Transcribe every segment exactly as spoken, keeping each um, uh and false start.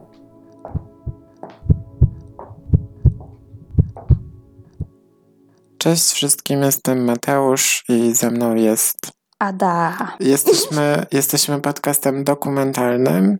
Cześć wszystkim, jestem Mateusz i ze mną jest Ada. Jesteśmy, jesteśmy podcastem dokumentalnym.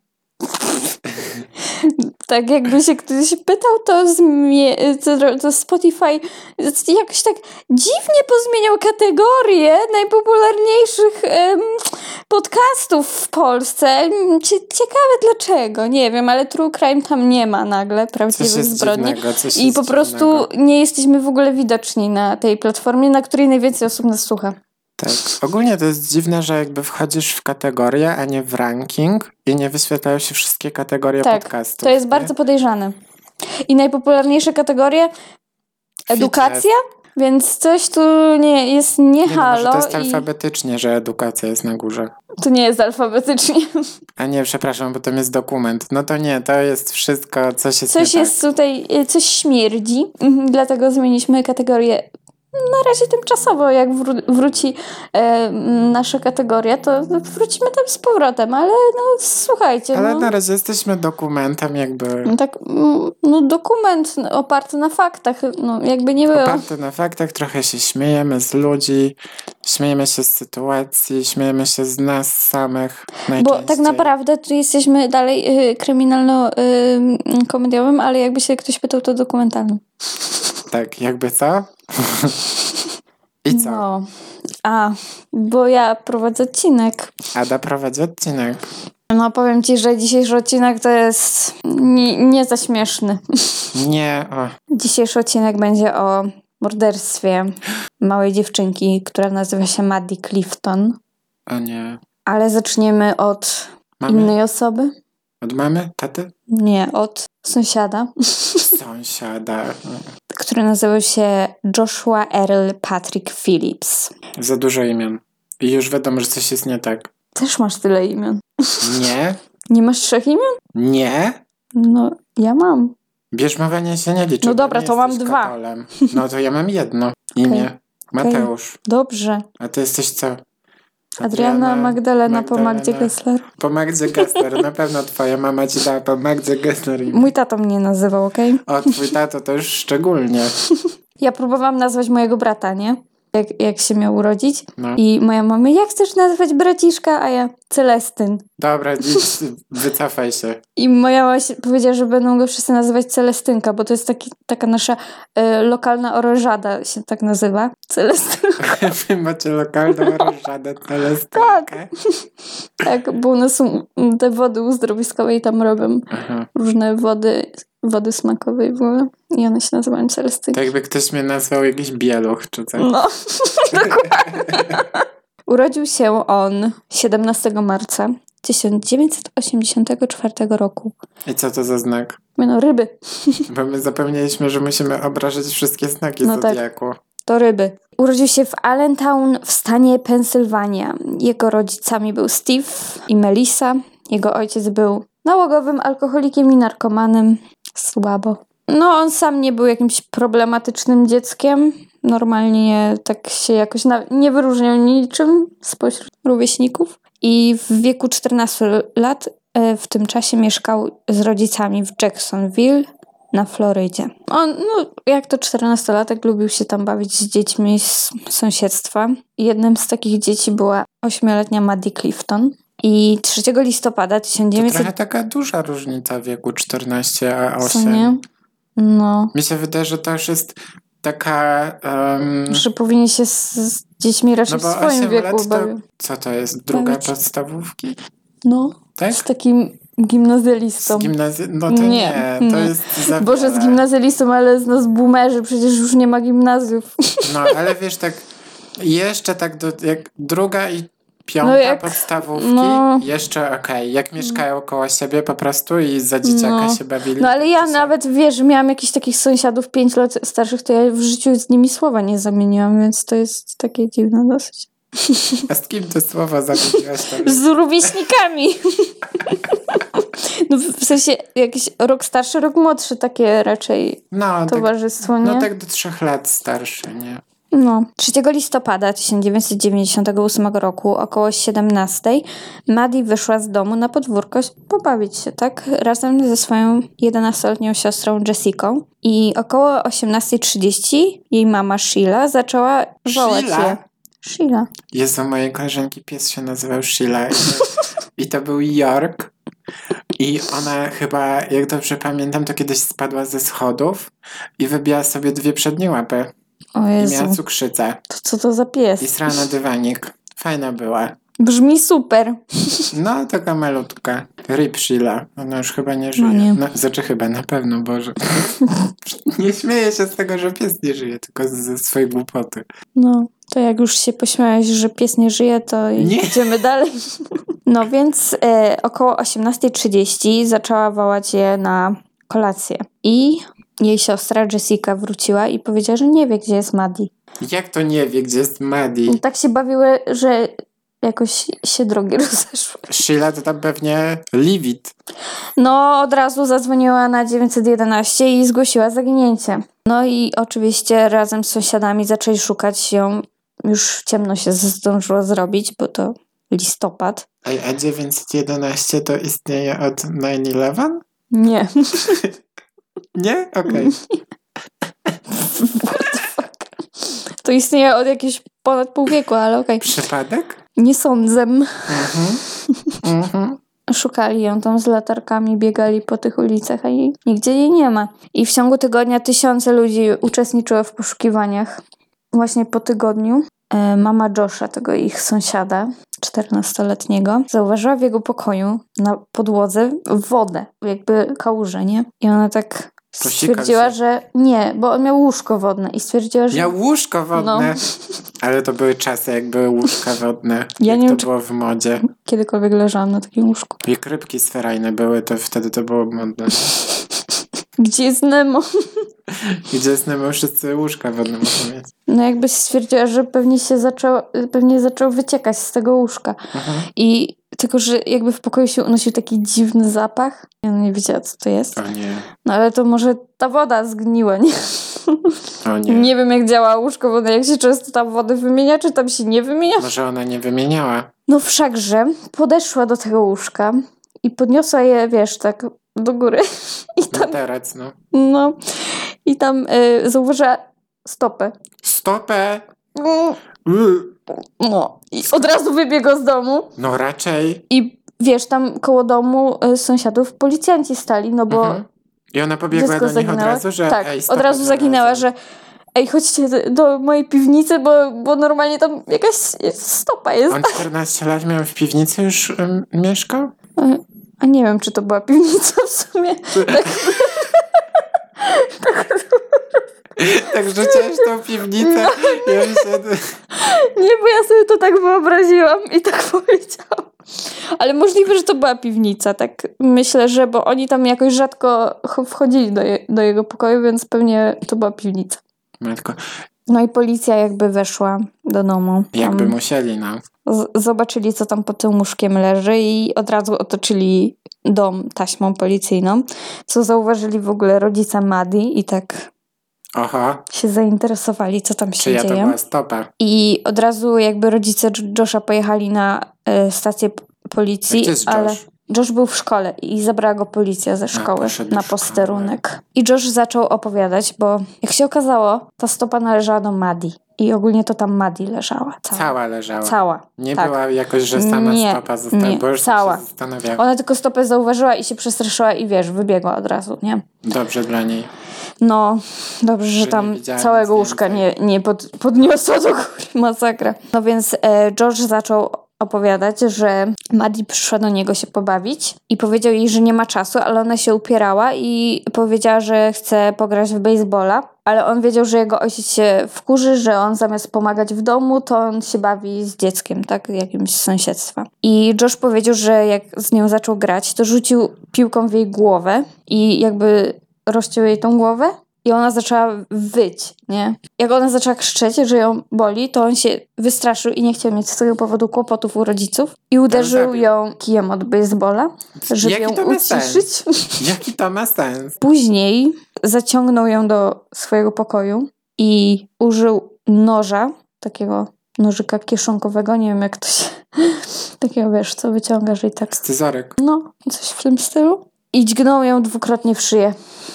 Tak jakby się ktoś pytał, to, zmie- to, to Spotify jakoś tak dziwnie pozmieniał kategorię najpopularniejszych em, podcastów w Polsce. Ciekawe dlaczego, nie wiem, ale True Crime tam nie ma nagle prawdziwych zbrodni. Dziwnego, coś I po prostu dziwnego. Nie jesteśmy w ogóle widoczni na tej platformie, na której najwięcej osób nas słucha. Tak, ogólnie to jest dziwne, że jakby wchodzisz w kategorię, a nie w ranking i nie wyświetlają się wszystkie kategorie tak, podcastów. To jest nie? bardzo podejrzane. I najpopularniejsze kategorie edukacja, więc coś tu nie jest nie, nie halo. No, może to jest i... alfabetycznie, że edukacja jest na górze. To nie jest alfabetycznie. A nie, przepraszam, bo tam jest dokument. No to nie, to jest wszystko, coś jest Coś nie jest tak. tutaj, coś śmierdzi, mhm, dlatego zmieniliśmy kategorię. Na razie tymczasowo, jak wró- wróci e, nasza kategoria, to wrócimy tam z powrotem, ale no słuchajcie. Ale no, na razie jesteśmy dokumentem jakby... no tak, no dokument oparty na faktach, no jakby nie było. Oparty na faktach, trochę się śmiejemy z ludzi, śmiejemy się z sytuacji, śmiejemy się z nas samych najczęściej. Bo tak naprawdę tu jesteśmy dalej y, kryminalno-komediowym, y, ale jakby się ktoś pytał, to dokumentalnym. Tak, jakby co? I co? No. A, bo ja prowadzę odcinek. Ada prowadzi odcinek. No powiem ci, że dzisiejszy odcinek to jest nie, nie za śmieszny. Nie, o. Dzisiejszy odcinek będzie o morderstwie małej dziewczynki, która nazywa się Maddie Clifton. O nie. Ale zaczniemy od Mamy? innej osoby. Od mamy? Taty? Nie, od sąsiada. Sąsiada. Który nazywał się Joshua Earl Patrick Phillips. Za dużo imion. I już wiadomo, że coś jest nie tak. Też masz tyle imion. Nie? Nie masz trzech imion? Nie? No, ja mam. Bierzmowanie się nie liczy. No bo dobra, nie to mam jesteś dwa. katolem. No to ja mam jedno imię. Okay. Mateusz. Dobrze. A ty jesteś co? Adriana Magdalena, Magdalena po Magdzie Gessler. Po Magdzie Gessler. Na pewno twoja mama ci dała po Magdzie Gessler. Mój tato mnie nazywał, okej? Okay? O, twój tato to już szczególnie. Ja próbowałam nazwać mojego brata, nie? Jak, jak się miał urodzić. No. I moja mama, jak chcesz nazwać braciszka? A ja, Celestyn. Dobra, idź, wycofaj się. I moja mama powiedziała, że będą go wszyscy nazywać Celestynka, bo to jest taki, taka nasza y, lokalna orężada, się tak nazywa. Celestynka. Wy macie lokalną orężadę Celestynkę? Tak. Tak, bo u nas są te wody uzdrowiskowe i tam robią Aha. różne wody, wody smakowe i w ogóle. I one się nazywają Celestynki. Tak jakby ktoś mnie nazwał jakiś bieluch, czy coś. No, dokładnie. Urodził się on siedemnastego marca tysiąc dziewięćset osiemdziesiątego czwartego roku. I co to za znak? No, ryby. Bo my zapomnieliśmy, że musimy obrażać wszystkie znaki No zodiaku. Tak. To ryby. Urodził się w Allentown w stanie Pensylwania. Jego rodzicami był Steve i Melissa. Jego ojciec był nałogowym alkoholikiem i narkomanem. Słabo. No, on sam nie był jakimś problematycznym dzieckiem. Normalnie tak się jakoś na- nie wyróżniał niczym spośród rówieśników. I w wieku czternastu lat e, w tym czasie mieszkał z rodzicami w Jacksonville na Florydzie. On, no, jak to czternastolatek, lubił się tam bawić z dziećmi z sąsiedztwa. Jednym z takich dzieci była ośmioletnia Maddie Clifton. I trzeciego listopada tysiąc dziewięćset... To trochę taka duża różnica wieku czternaście a Co osiem. nie? No. Mi się wydaje, że to już jest taka... Um... Że powinien się z, z dziećmi raczej No w bo swoim osiem wieku lat to... bawił. Co to jest? Druga Bawić. podstawówki? No. Tak? Z takim gimnazjalistą. Z gimnazy... No to nie, nie. To nie. jest za Boże, wiele. z gimnazjalistą, ale z nas boomerzy, przecież już nie ma gimnazjów. No, ale wiesz, tak jeszcze tak do, jak druga i piąta No jak- podstawówki, no. jeszcze okej. Okay. Jak mieszkają koło siebie po prostu i za dzieciaka No. się bawili. No ale ja to się- nawet, wiesz, miałam jakichś takich sąsiadów pięć lat starszych, to ja w życiu z nimi słowa nie zamieniłam, więc to jest takie dziwne dosyć. A z kim ty słowa zamieniłaś tam? Z rówieśnikami. No w sensie jakiś rok starszy, rok młodszy, takie raczej No, tak, towarzystwo, nie? no tak do trzech lat starszy, nie? No. trzeciego listopada tysiąc dziewięćset dziewięćdziesiątego ósmego roku około siedemnastej Maddie wyszła z domu na podwórko pobawić się, tak? Razem ze swoją jedenastoletnią siostrą Jessicą. I około osiemnastej trzydzieści jej mama Sheila zaczęła wołać Sheila? je. Sheila. Jezu, mojej koleżanki pies się nazywał Sheila. I to, i to był York. I ona chyba, jak dobrze pamiętam, to kiedyś spadła ze schodów i wybiła sobie dwie przednie łapy. O I Jezu. miała cukrzycę. To co to za pies? I srała na dywanik. Fajna była. Brzmi super. No, taka malutka. Rip Sheila. Ona już chyba nie żyje. No nie. No, znaczy chyba, na pewno, Boże. Nie śmieję się z tego, że pies nie żyje, tylko ze swojej głupoty. No, to jak już się pośmiałeś, że pies nie żyje, to Nie. idziemy dalej. No więc e, około osiemnastej trzydzieści zaczęła wołać je na kolację. I jej siostra Jessica wróciła i powiedziała, że nie wie, gdzie jest Maddie. Jak to nie wie, gdzie jest Maddie? I tak się bawiły, że jakoś się drogi rozeszły. Sheila to tam pewnie live it. No, od razu zadzwoniła na dziewięćset jedenaście i zgłosiła zaginięcie. No i oczywiście razem z sąsiadami zaczęli szukać ją. Już ciemno się zdążyło zrobić, bo to listopad. A, a dziewięćset jedenaście to istnieje od nine eleven? Nie. Nie? Okej. To istnieje od jakiegoś ponad pół wieku, ale okej. Przypadek? Nie sądzę. Mhm. Mhm. Szukali ją tam z latarkami, biegali po tych ulicach, a jej nigdzie jej nie ma. I w ciągu tygodnia tysiące ludzi uczestniczyło w poszukiwaniach. Właśnie po tygodniu e, mama Josha, tego ich sąsiada, czternastoletniego, zauważyła w jego pokoju na podłodze wodę, jakby kałużę, nie? I ona tak Posikał stwierdziła, się. że nie, bo on miał łóżko wodne i stwierdziła, że... Miał łóżko wodne. No. Ale to były czasy, jak były łóżka wodne. Ja jak nie to wiem, czy- było w modzie. Kiedykolwiek leżałam na takim łóżku. Jak rybki sferajne były, to wtedy to było modne. Gdzie jest Nemo? Gdzie z nami wszyscy łóżka wodne muszą mieć. No jakby stwierdziła, że pewnie się zaczął, pewnie zaczął wyciekać z tego łóżka. Mhm. I tylko, że jakby w pokoju się unosił taki dziwny zapach. Ja nie wiedziała, co to jest. O nie, No ale to może ta woda zgniła, nie? o nie. Nie wiem, jak działa łóżko wodne, jak się często tam wody wymienia, czy tam się nie wymienia. Może ona nie wymieniała. No wszakże podeszła do tego łóżka i podniosła je, wiesz, tak do góry. I No tam, teraz, no. no, i tam y, zauważyła stopę. Stopę! Mm, Uy. No. I od razu wybiegła z domu. No raczej. I wiesz, tam koło domu y, sąsiadów policjanci stali, no bo Mhm. I ona pobiegła dziecko do nich zaginęło. od razu, że tak, ej, od stopę razu zaginęła, znalazłem. że ej, chodźcie do- do mojej piwnicy, bo, bo normalnie tam jakaś jest stopa jest. On czternaście lat miał w piwnicy już um, mieszkał? Y, A nie wiem, czy to była piwnica w sumie. Tak, Tak rzuciłeś tą piwnicę No. i on się... nie, bo ja sobie to tak wyobraziłam i tak powiedziałam. Ale możliwe, że to była piwnica, tak myślę, że bo oni tam jakoś rzadko ch- wchodzili do, je, do jego pokoju, więc pewnie to była piwnica. Matko, No i policja jakby weszła do domu. jakby Tam musieli, no. z- zobaczyli, co tam pod tym łóżkiem leży i od razu otoczyli dom taśmą policyjną, co zauważyli w ogóle rodzice Maddie i tak Oho, się zainteresowali, co tam się czyja to dzieje. była stopa? I od razu jakby rodzice J- Josha pojechali na e, stację p- policji, Gdzie jest ale Josh? Josh był w szkole i zabrała go policja ze szkoły poszedł na w szkołę. posterunek. I Josh zaczął opowiadać, bo jak się okazało, ta stopa należała do Maddie. I ogólnie to tam Maddie leżała. Cała. Cała leżała. Cała. Nie tak. była jakoś, że sama Nie, stopa została, nie, bo już cała. się zastanawiała. Ona tylko stopę zauważyła i się przestraszyła i wiesz, wybiegła od razu, nie? Dobrze dla niej. No, dobrze, że Że nie tam widziałem całego nic łóżka nie, więcej. nie pod, podniosła do góry. Masakra. No więc e, George zaczął opowiadać, że Maddie przyszła do niego się pobawić i powiedział jej, że nie ma czasu, ale ona się upierała i powiedziała, że chce pograć w baseballa, ale on wiedział, że jego ojciec się wkurzy, że on zamiast pomagać w domu, to on się bawi z dzieckiem, tak, jakimś z sąsiedztwa. I Josh powiedział, że jak z nią zaczął grać, to rzucił piłką w jej głowę i jakby rozciął jej tą głowę i ona zaczęła wyć, nie? Jak ona zaczęła krzyczeć, że ją boli, to on się wystraszył i nie chciał mieć z tego powodu kłopotów u rodziców i uderzył zabił. ją kijem od baseballa, żeby Jaki ją to ma sens? uciszyć. Jaki to ma sens? Później zaciągnął ją do swojego pokoju i użył noża, takiego nożyka kieszonkowego, nie wiem jak to się... takiego, wiesz, co wyciągasz i tak... Scyzoryk. No, coś w tym stylu. I dźgnął ją dwukrotnie w szyję.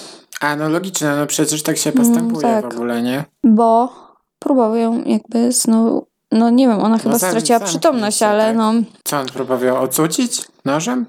A, no logiczne, no przecież tak się postępuje Mm, tak. w ogóle, nie? Bo próbował ją jakby znowu... No nie wiem, ona chyba No, zam- straciła zamknij przytomność, się, ale tak. no... Co on próbował ocucić nożem?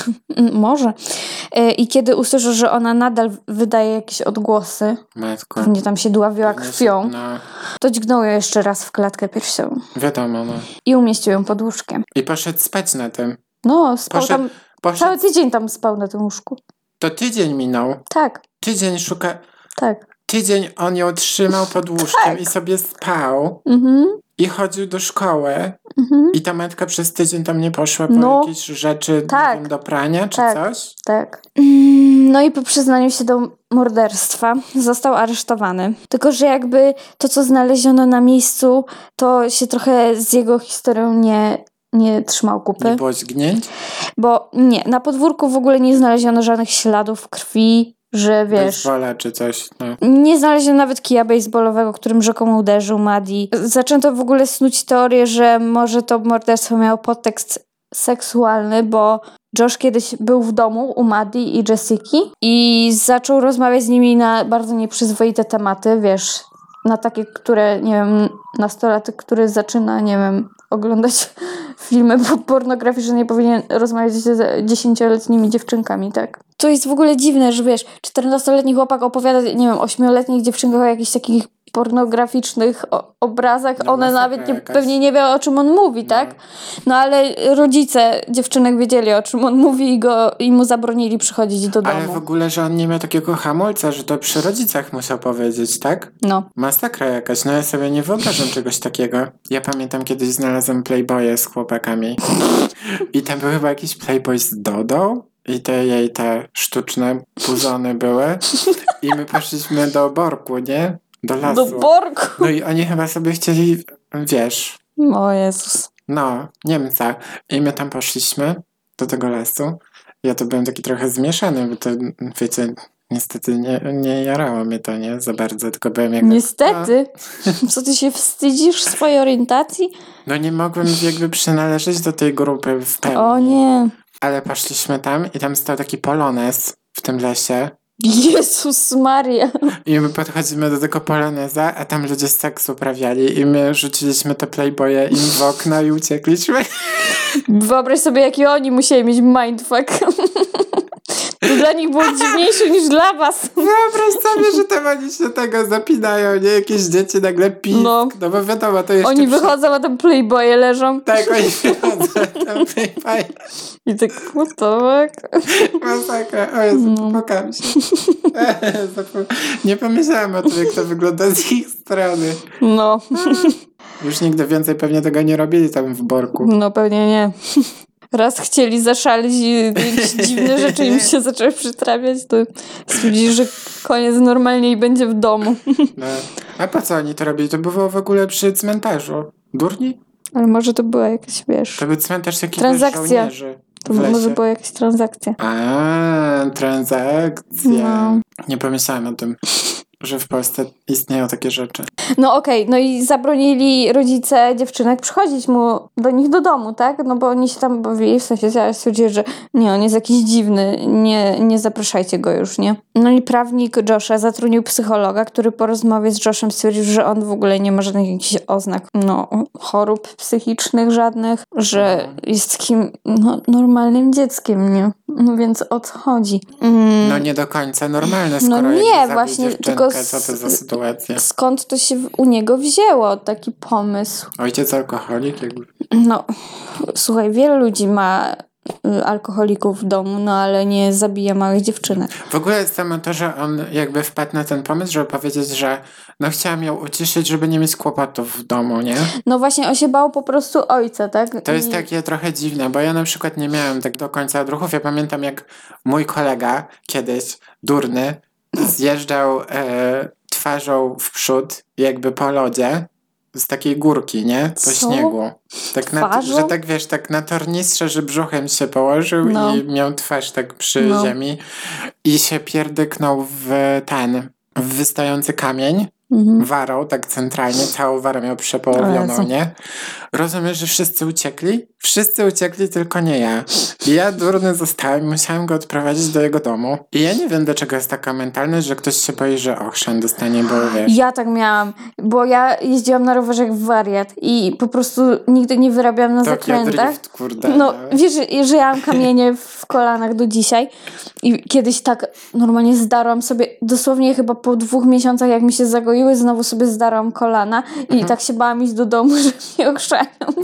Może. E, I kiedy usłyszał, że ona nadal wydaje jakieś odgłosy, Matko. pewnie tam się dławiła Pewnie się- krwią, No, to dźgnął ją jeszcze raz w klatkę piersiową wiadomo, no. i umieścił ją pod łóżkiem. I poszedł spać na tym. No, spał Poszedł, tam, poszedł. cały tydzień tam spał na tym łóżku. To tydzień minął. Tak, Tydzień szuka... tak. Tydzień on ją trzymał pod łóżkiem Tak. i sobie spał. Mhm, I chodził do szkoły. mhm, I ta matka przez tydzień tam nie poszła po No. jakieś rzeczy Tak. nie wiem, do prania czy Tak. coś? tak. Mm, No i po przyznaniu się do morderstwa został aresztowany. Tylko, że jakby to, co znaleziono na miejscu, to się trochę z jego historią nie, nie trzymał kupy. Nie było zgnięć? Bo nie, na podwórku w ogóle nie znaleziono żadnych śladów krwi, że wiesz... Basebola czy coś. No. Nie znaleziono nawet kija baseballowego, którym rzekomo uderzył Maddie. Zaczęto w ogóle snuć teorię, że może to morderstwo miało podtekst seksualny, bo Josh kiedyś był w domu u Maddie i Jessiki i zaczął rozmawiać z nimi na bardzo nieprzyzwoite tematy, wiesz, na takie, które, nie wiem, nastolatek, który zaczyna, nie wiem, oglądać filmy pornograficzne, nie powinien rozmawiać z dziesięcioletnimi dziewczynkami, tak? To jest w ogóle dziwne, że wiesz, czternastoletni chłopak opowiada, nie wiem, ośmioletnich dziewczynkach o jakichś takich pornograficznych o- obrazach, No, one masakra nawet nie, jakaś. pewnie nie wie, o czym on mówi, tak? No ale rodzice dziewczynek wiedzieli, o czym on mówi i, go, i mu zabronili przychodzić do domu. Ale w ogóle, że on nie miał takiego hamulca, że to przy rodzicach musiał powiedzieć, tak? No. Masakra jakaś, no ja sobie nie wyobrażam czegoś takiego. Ja pamiętam kiedyś znalazłem Playboye z chłopakami i tam był chyba jakiś Playboy z Dodą i te jej te sztuczne puzony były i my poszliśmy do Borku, nie? Do lasu. Do Borku! No i oni chyba sobie chcieli, wiesz, O Jezus. no, Niemca. I my tam poszliśmy do tego lasu. Ja to byłem taki trochę zmieszany, bo to, wiecie, niestety nie, nie jarało mnie to, nie? Za bardzo, tylko byłem jak... Niestety. Co, ty się wstydzisz swojej orientacji? No nie mogłem jakby przynależeć do tej grupy w pełni. O nie. Ale poszliśmy tam i tam stał taki polonez w tym lesie. Jezus Maria. I my podchodzimy do tego poloneza, a tam ludzie seks uprawiali i my rzuciliśmy te Playboye im w okno i uciekliśmy. Wyobraź sobie, jaki oni musieli mieć mindfuck. To dla nich było dziwniejsze niż dla was. Wyobraź sobie, że tam oni się tego zapinają, nie? Jakieś dzieci nagle pisk. No. No, bo wiadomo, to jeszcze... Oni przy- wychodzą, a tam playboye leżą. Tak, oni wychodzą, tam Playboy. I tak, what the fuck? Masakra. O Jezu, No. popłakałam się. Zapom- Nie pomyślałam o tym, jak to wygląda z ich strony. No. Już nigdy więcej pewnie tego nie robili tam w Borku. No pewnie nie. Raz chcieli zaszaleć i jakieś dziwne rzeczy im się zaczęły przytrafiać, to stwierdzili, że koniec normalnie i będzie w domu. No. A po co oni to robili? To było w ogóle przy cmentarzu. Durni? Ale może to była jakaś, wiesz... To był cmentarz jakiegoś Transakcja. żołnierzy. To w lesie. może była jakaś transakcja. A, transakcja. No. Nie pomyślałem o tym, że w Polsce istnieją takie rzeczy. No okej, no i zabronili rodzice dziewczynek przychodzić mu do nich do domu, tak? No bo oni się tam bawili, w sensie ja stwierdzili, że nie, on jest jakiś dziwny, nie, nie zapraszajcie go już, nie? No i prawnik Josha zatrudnił psychologa, który po rozmowie z Joshem stwierdził, że on w ogóle nie ma żadnych jakichś oznak, no, chorób psychicznych żadnych, że jest takim, no, normalnym dzieckiem, nie? No więc o co chodzi? Mm. No nie do końca normalne, skoro No jakby nie, zabił właśnie, dziewczynkę, tylko co to za s- sytuacja? Skąd to się w- u niego wzięło, taki pomysł? Ojciec alkoholik? Jakby. No, słuchaj, wiele ludzi ma y, alkoholików w domu, no ale nie zabija małych dziewczynek. W ogóle samo to, że on jakby wpadł na ten pomysł, żeby powiedzieć, że no chciałam ją uciszyć, żeby nie mieć kłopotów w domu, nie? No właśnie, on się bał po prostu ojca, tak? To jest I- takie trochę dziwne, bo ja na przykład nie miałem tak do końca odruchów. Ja pamiętam, jak mój kolega kiedyś, durny, zjeżdżał e, twarzą w przód, jakby po lodzie, z takiej górki, nie? Po Co? śniegu. Tak na, Twarzą? że tak wiesz, tak na tornistrze, że brzuchem się położył No. i miał twarz tak przy No. ziemi i się pierdyknął w ten, w wystający kamień Mhm. warą, tak centralnie, całą warę miał przepołowioną, Jezu. nie? Rozumiesz, że wszyscy uciekli? Wszyscy uciekli, tylko nie ja. I ja durny zostałem, musiałem go odprowadzić do jego domu. I ja nie wiem, dlaczego jest taka mentalność, że ktoś się boi, że ochrzan dostanie, bo wiesz... Ja tak miałam, bo ja jeździłam na rowerze jak wariat i po prostu nigdy nie wyrabiałam na Tokio zakrętach. Drift, kurde. No, wiesz, że ja mam kamienie w kolanach do dzisiaj i kiedyś tak normalnie zdarłam sobie, dosłownie chyba po dwóch miesiącach, jak mi się zagoiły, znowu sobie zdarłam kolana i Mhm. tak się bałam iść do domu, że mnie ochrzają.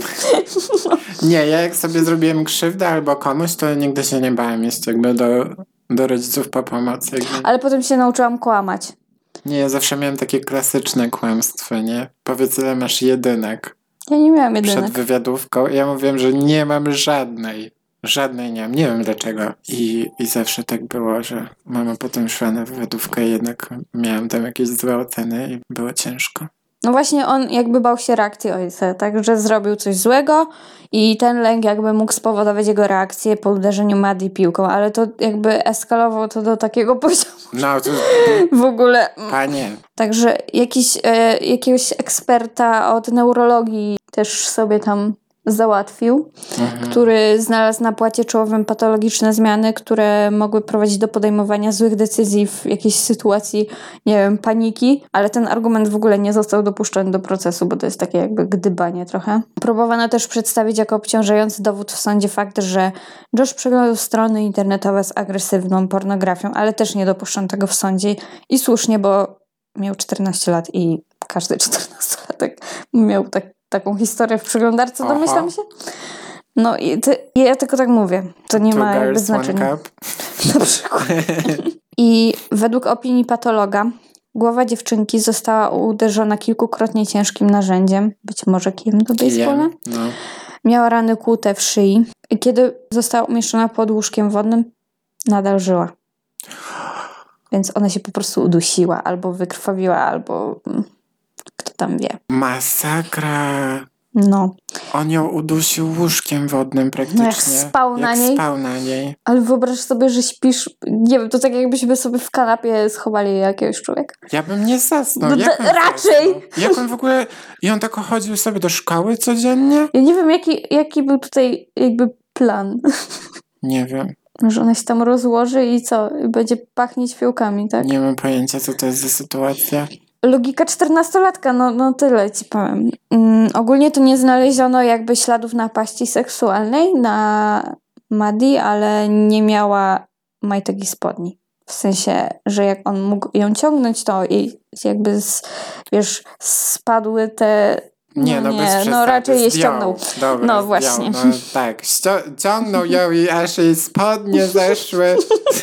No. Nie, ja jak sobie zrobiłem krzywdę albo komuś, to nigdy się nie bałem iść jakby do, do rodziców po pomoc. Jakby. Ale potem się nauczyłam kłamać. Nie, ja zawsze miałem takie klasyczne kłamstwo, nie? Powiedz, ile masz jedynek Ja nie miałam przed jedynek. wywiadówką. Ja mówiłem, że nie mam żadnej. Żadnej nie mam. Nie wiem dlaczego. I, I zawsze tak było, że mama potem szła na wywiadówkę i jednak miałem tam jakieś złe oceny i było ciężko. No właśnie on jakby bał się reakcji ojca, tak, że zrobił coś złego i ten lęk jakby mógł spowodować jego reakcję po uderzeniu Maddie piłką, ale to jakby eskalował to do takiego poziomu No to... w ogóle. Panie. Także jakiś, e, jakiegoś eksperta od neurologii też sobie tam załatwił, Mhm. który znalazł na płacie czołowym patologiczne zmiany, które mogły prowadzić do podejmowania złych decyzji w jakiejś sytuacji, nie wiem, paniki, ale ten argument w ogóle nie został dopuszczony do procesu, bo to jest takie jakby gdybanie trochę. Próbowano też przedstawić jako obciążający dowód w sądzie fakt, że Josh przeglądał strony internetowe z agresywną pornografią, ale też nie dopuszczono tego w sądzie i słusznie, bo miał czternaście lat i każdy czternastolatek miał tak taką historię w przeglądarce, Aha. domyślam się. No i ty, ja tylko tak mówię. To nie Two ma jakby girls, one znaczenia. cup. Na przykład. I według opinii patologa głowa dziewczynki została uderzona kilkukrotnie ciężkim narzędziem, być może kijem do baseballa. Wiem, no. Miała rany kłute w szyi. I kiedy została umieszczona pod łóżkiem wodnym, nadal żyła. Więc ona się po prostu udusiła, albo wykrwawiła, albo kto tam wie. Masakra. No. On ją udusił łóżkiem wodnym praktycznie. No jak spał na jak niej. spał na niej. Ale wyobraź sobie, że śpisz, nie wiem, to tak jakbyśmy sobie w kanapie schowali jakiegoś człowieka. Ja bym nie zasnął. No Jak to on raczej. zasnął? Jak on w ogóle... I on tak chodził sobie do szkoły codziennie? Ja nie wiem, jaki, jaki był tutaj jakby plan. Nie wiem. Że ona się tam rozłoży i co? I będzie pachnieć fiołkami, tak? Nie mam pojęcia, co to jest za sytuacja. Logika czternastolatka, no, no tyle ci powiem. Mm, ogólnie to nie znaleziono jakby śladów napaści seksualnej na Maddie, ale nie miała majtek i spodni. W sensie, że jak on mógł ją ciągnąć, to i jakby, z, wiesz, spadły te... Nie, no, no, bez nie, przesady. no raczej je Zdjął. ściągnął. Dobra, No zdjął. właśnie. No tak, Ścio- ciągnął ją i aż jej spodnie zeszły.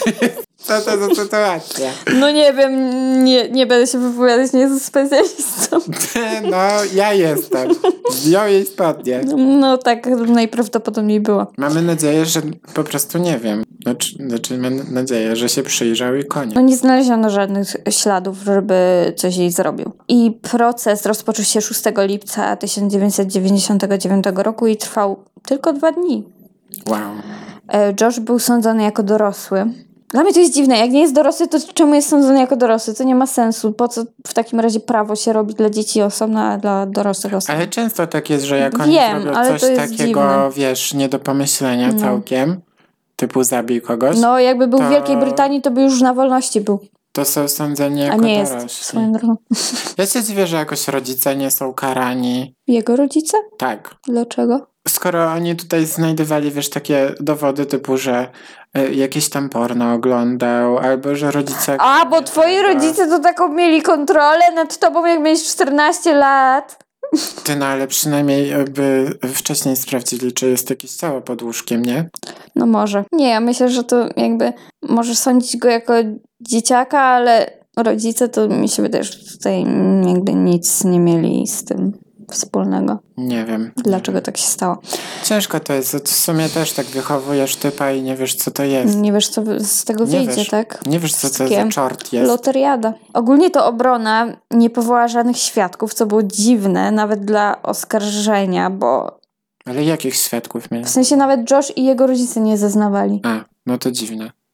Co to za sytuacja? No nie wiem, nie, nie będę się wypowiadać, nie jestem specjalistą. No, ja jestem. Zdjął jej spodnie. No tak najprawdopodobniej było. Mamy nadzieję, że po prostu nie wiem. Znaczy, znaczy mam nadzieję, że się przyjrzał i koniec. No nie znaleziono żadnych śladów, żeby coś jej zrobił. I proces rozpoczął się szóstego lipca tysiąc dziewięćset dziewięćdziesiątego dziewiątego roku i trwał tylko dwa dni. Wow. Josh był sądzony jako dorosły. Dla mnie to jest dziwne. Jak nie jest dorosły, to czemu jest sądzony jako dorosły? To nie ma sensu. Po co w takim razie prawo się robi dla dzieci osobno, a dla dorosłych osobno? Ale często tak jest, że jak oni Wiem, zrobią ale coś to jest takiego, dziwne. wiesz, nie do pomyślenia No. całkiem, typu zabij kogoś, No jakby był to- w Wielkiej Brytanii, to by już na wolności był. to są sądzeni A jako nie jest, dorośli. swoją drogą. Ja się dziwię, że jakoś rodzice nie są karani. Jego rodzice? Tak. Dlaczego? Skoro oni tutaj znajdowali, wiesz, takie dowody typu, że y, jakieś tam porno oglądał, albo że rodzice... A, bo twoi rodzice to taką mieli kontrolę nad tobą, jak miałeś czternaście lat. Ty, no ale przynajmniej by wcześniej sprawdzili, czy jest jakieś ciało pod łóżkiem, nie? No może. Nie, ja myślę, że to jakby możesz sądzić go jako dzieciaka, ale rodzice to mi się wydaje, że tutaj jakby nic nie mieli z tym wspólnego. Nie wiem. Dlaczego tak się stało? Ciężko to jest. W sumie też tak wychowujesz typa i nie wiesz, co to jest. Nie wiesz, co z tego Nie wyjdzie, wiesz. tak? Nie wiesz, co to za Wszystkie. czort jest. Loteriada. Ogólnie to obrona nie powołała żadnych świadków, co było dziwne nawet dla oskarżenia, bo Ale jakich świadków mieli? w sensie nawet Josh i jego rodzice nie zeznawali. A, no to dziwne.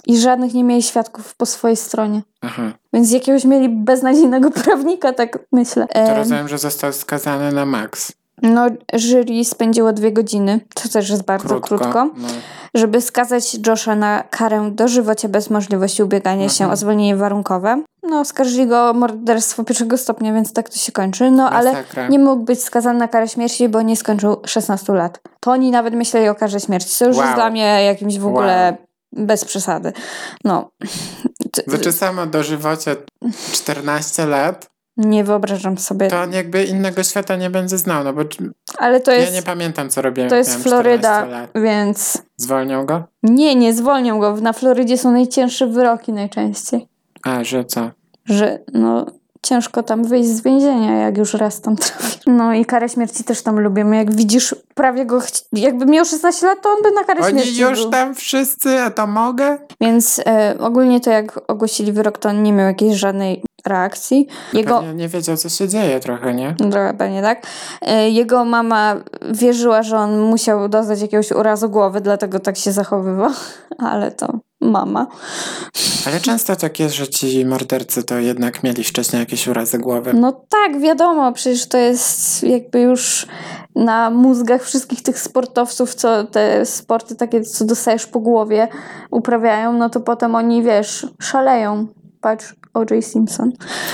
i żadnych nie mieli świadków po swojej stronie. Aha. Więc jakiegoś mieli beznadziejnego prawnika, tak myślę. To Em, rozumiem, że został skazany na maks. No, jury spędziło dwie godziny, to też jest bardzo krótko, Krótko. No. żeby skazać Josha na karę dożywocia bez możliwości ubiegania się Mhm. o zwolnienie warunkowe. No, oskarżyli go o morderstwo pierwszego stopnia, więc tak to się kończy. No, ale Masakra. nie mógł być skazany na karę śmierci, bo nie skończył szesnastu lat. To oni nawet myśleli o karze śmierci, co już Wow. jest dla mnie jakimś w ogóle bez przesady. No. T- Znaczy samo dożywocie czternaście lat, Nie wyobrażam sobie. to on jakby innego świata nie będzie znał, no bo Ale to ja jest, nie pamiętam, co robiłem, to jak jest miałem Floryda, czternaście lat. więc Zwolnią go? nie, nie zwolnią go. Na Florydzie są najcięższe wyroki najczęściej. A, że co? Że no ciężko tam wyjść z więzienia, jak już raz tam trafi. No i karę śmierci też tam lubimy. Jak widzisz, prawie go, chci- jakby miał szesnaście lat, to on by na karę Oni śmierci już był. tam wszyscy, a to mogę? Więc e, ogólnie to jak ogłosili wyrok, to on nie miał jakiejś żadnej reakcji. Jego... Pewnie nie wiedział, co się dzieje trochę, nie? Trochę pewnie tak. E, Jego mama wierzyła, że on musiał dostać jakiegoś urazu głowy, dlatego tak się zachowywał. Ale to mama. Ale często tak jest, że ci mordercy to jednak mieli wcześniej jakieś urazy głowy. No tak, wiadomo, przecież to jest jakby już na mózgach wszystkich tych sportowców, co te sporty takie, co dostajesz po głowie, uprawiają, no to potem oni, wiesz, szaleją. Patrz, O J Simpson.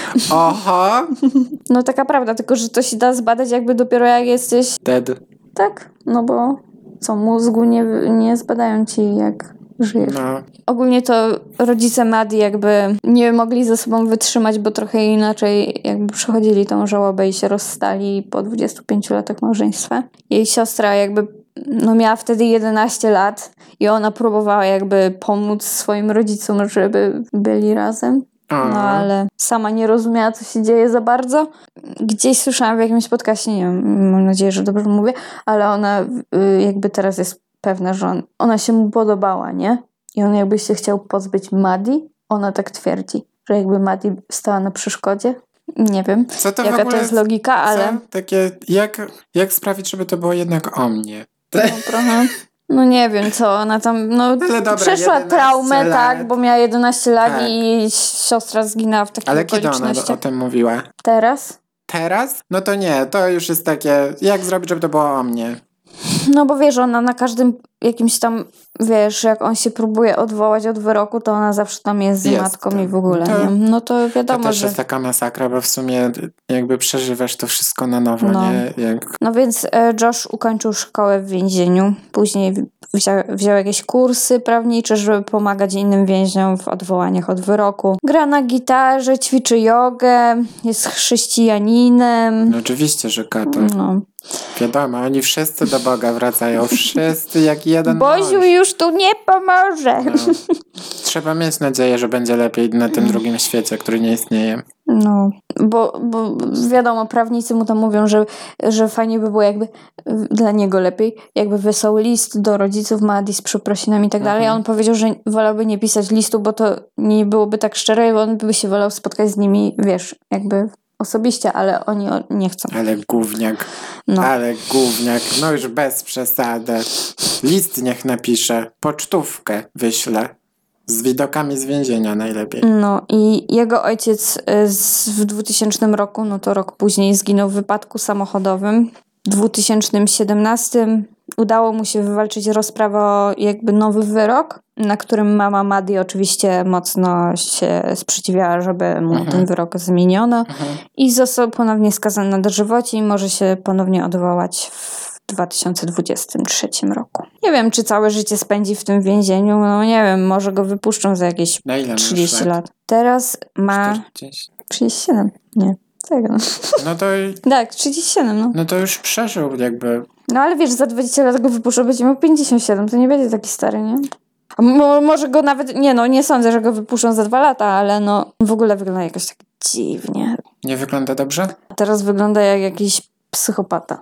Oho! No taka prawda, tylko że to się da zbadać jakby dopiero jak jesteś... Dead. Tak, no bo co, mózgu nie, nie zbadają ci jak żyjesz. No. Ogólnie to rodzice Maddie jakby nie mogli ze sobą wytrzymać, bo trochę inaczej jakby przechodzili tą żałobę i się rozstali po dwudziestu pięciu latach małżeństwa. Jej siostra jakby no miała wtedy jedenaście lat i ona próbowała jakby pomóc swoim rodzicom, żeby byli razem. O. No ale sama nie rozumiała, co się dzieje za bardzo. Gdzieś słyszałam w jakimś podcastie, nie wiem, mam nadzieję, że dobrze mówię, ale ona y, jakby teraz jest pewna, że on, ona się mu podobała, nie? I on jakby się chciał pozbyć Maddie. Ona tak twierdzi, że jakby Maddie stała na przeszkodzie. Nie wiem, Co to w jaka ogóle to jest logika, ale... Co? Takie, jak, jak sprawić, żeby to było jednak o mnie? No, trochę... No nie wiem co, ona tam no, Ale dobra, przeszła jedenaście traumę, lat. tak, bo miała jedenaście lat Tak. i jej siostra zginęła w takich Ale kiedy ona okolicznościach. o tym mówiła? Teraz? Teraz? No to nie, to już jest takie, jak zrobić, żeby to było o mnie? No bo wiesz, ona na każdym jakimś tam, wiesz, jak on się próbuje odwołać od wyroku, to ona zawsze tam jest z Jest matką tam. i w ogóle, To- nie? No to To wiadomo, też że... jest taka masakra, bo w sumie jakby przeżywasz to wszystko na nowo, No. nie? Jak... No więc e, Josh ukończył szkołę w więzieniu, później wziął, wziął jakieś kursy prawnicze, żeby pomagać innym więźniom w odwołaniach od wyroku. Gra na gitarze, ćwiczy jogę, jest chrześcijaninem. No oczywiście, że kato. No. Wiadomo, oni wszyscy do Boga wracają, wszyscy jak jeden Boziu mąż. już tu nie pomoże. No. Trzeba mieć nadzieję, że będzie lepiej na tym drugim świecie, który nie istnieje. No, bo, bo wiadomo, prawnicy mu tam mówią, że, że fajnie by było jakby dla niego lepiej, jakby wysłał list do rodziców Maddie z przeprosinami i tak dalej, a on powiedział, że wolałby nie pisać listu, bo to nie byłoby tak szczere, bo on by się wolał spotkać z nimi, wiesz, jakby osobiście, ale oni o- nie chcą. Ale gówniak, No. ale gówniak, no już bez przesady. List niech napisze, pocztówkę wyśle. Z widokami z więzienia najlepiej. No i jego ojciec y, z, w dwutysięcznym roku, no to rok później, zginął w wypadku samochodowym. W dwa tysiące siedemnastym udało mu się wywalczyć rozprawę o jakby nowy wyrok, na którym mama Maddie oczywiście mocno się sprzeciwiała, żeby mu Mhm. ten wyrok zmieniono. Mhm. I został ponownie skazany na dożywocie i może się ponownie odwołać w dwa tysiące dwudziestym trzecim roku. Nie wiem, czy całe życie spędzi w tym więzieniu. No nie wiem, może go wypuszczą za jakieś Na ile masz trzydzieści lat. Teraz ma czterdzieści. trzydzieści siedem. Nie, tego. No to, Tak, trzydzieści siedem, no. no to już przeżył jakby. No ale wiesz, za dwadzieścia lat go wypuszczą, będzie miał pięćdziesiąt siedem, to nie będzie taki stary, nie? A mo- może go nawet, nie no, nie sądzę, że go wypuszczą za dwa lata, ale no w ogóle wygląda jakoś tak dziwnie. Nie wygląda dobrze? A teraz wygląda jak jakiś psychopata.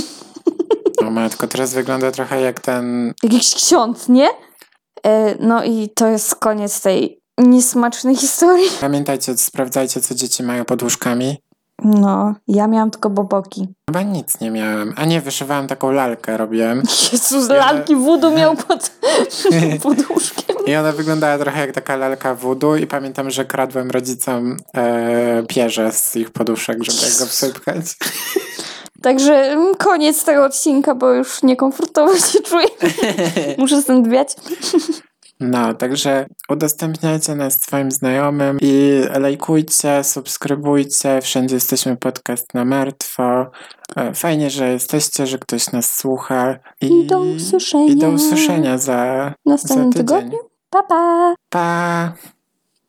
O matko, teraz wygląda trochę jak ten... Jakiś ksiądz, nie? E, no i to jest koniec tej niesmacznej historii. Pamiętajcie, sprawdzajcie, co dzieci mają pod łóżkami. No, ja miałam tylko boboki. Chyba nic nie miałem. A nie, wyszywałam taką lalkę, robiłem. Jezus, lalki voodoo miał pod, pod łóżkiem. I ona wyglądała trochę jak taka lalka voodoo i pamiętam, że kradłem rodzicom e, pierze z ich poduszek, żeby go wsypkać. Także mm, koniec tego odcinka, bo już niekomfortowo się czuję. Muszę stąd wiać. No, także udostępniajcie nas swoim znajomym i lajkujcie, subskrybujcie. Wszędzie jesteśmy podcast na martwo. E, Fajnie, że jesteście, że ktoś nas słucha. I, I do usłyszenia. I do usłyszenia za, W następnym za tydzień. tygodniu. Pa, pa! Pa!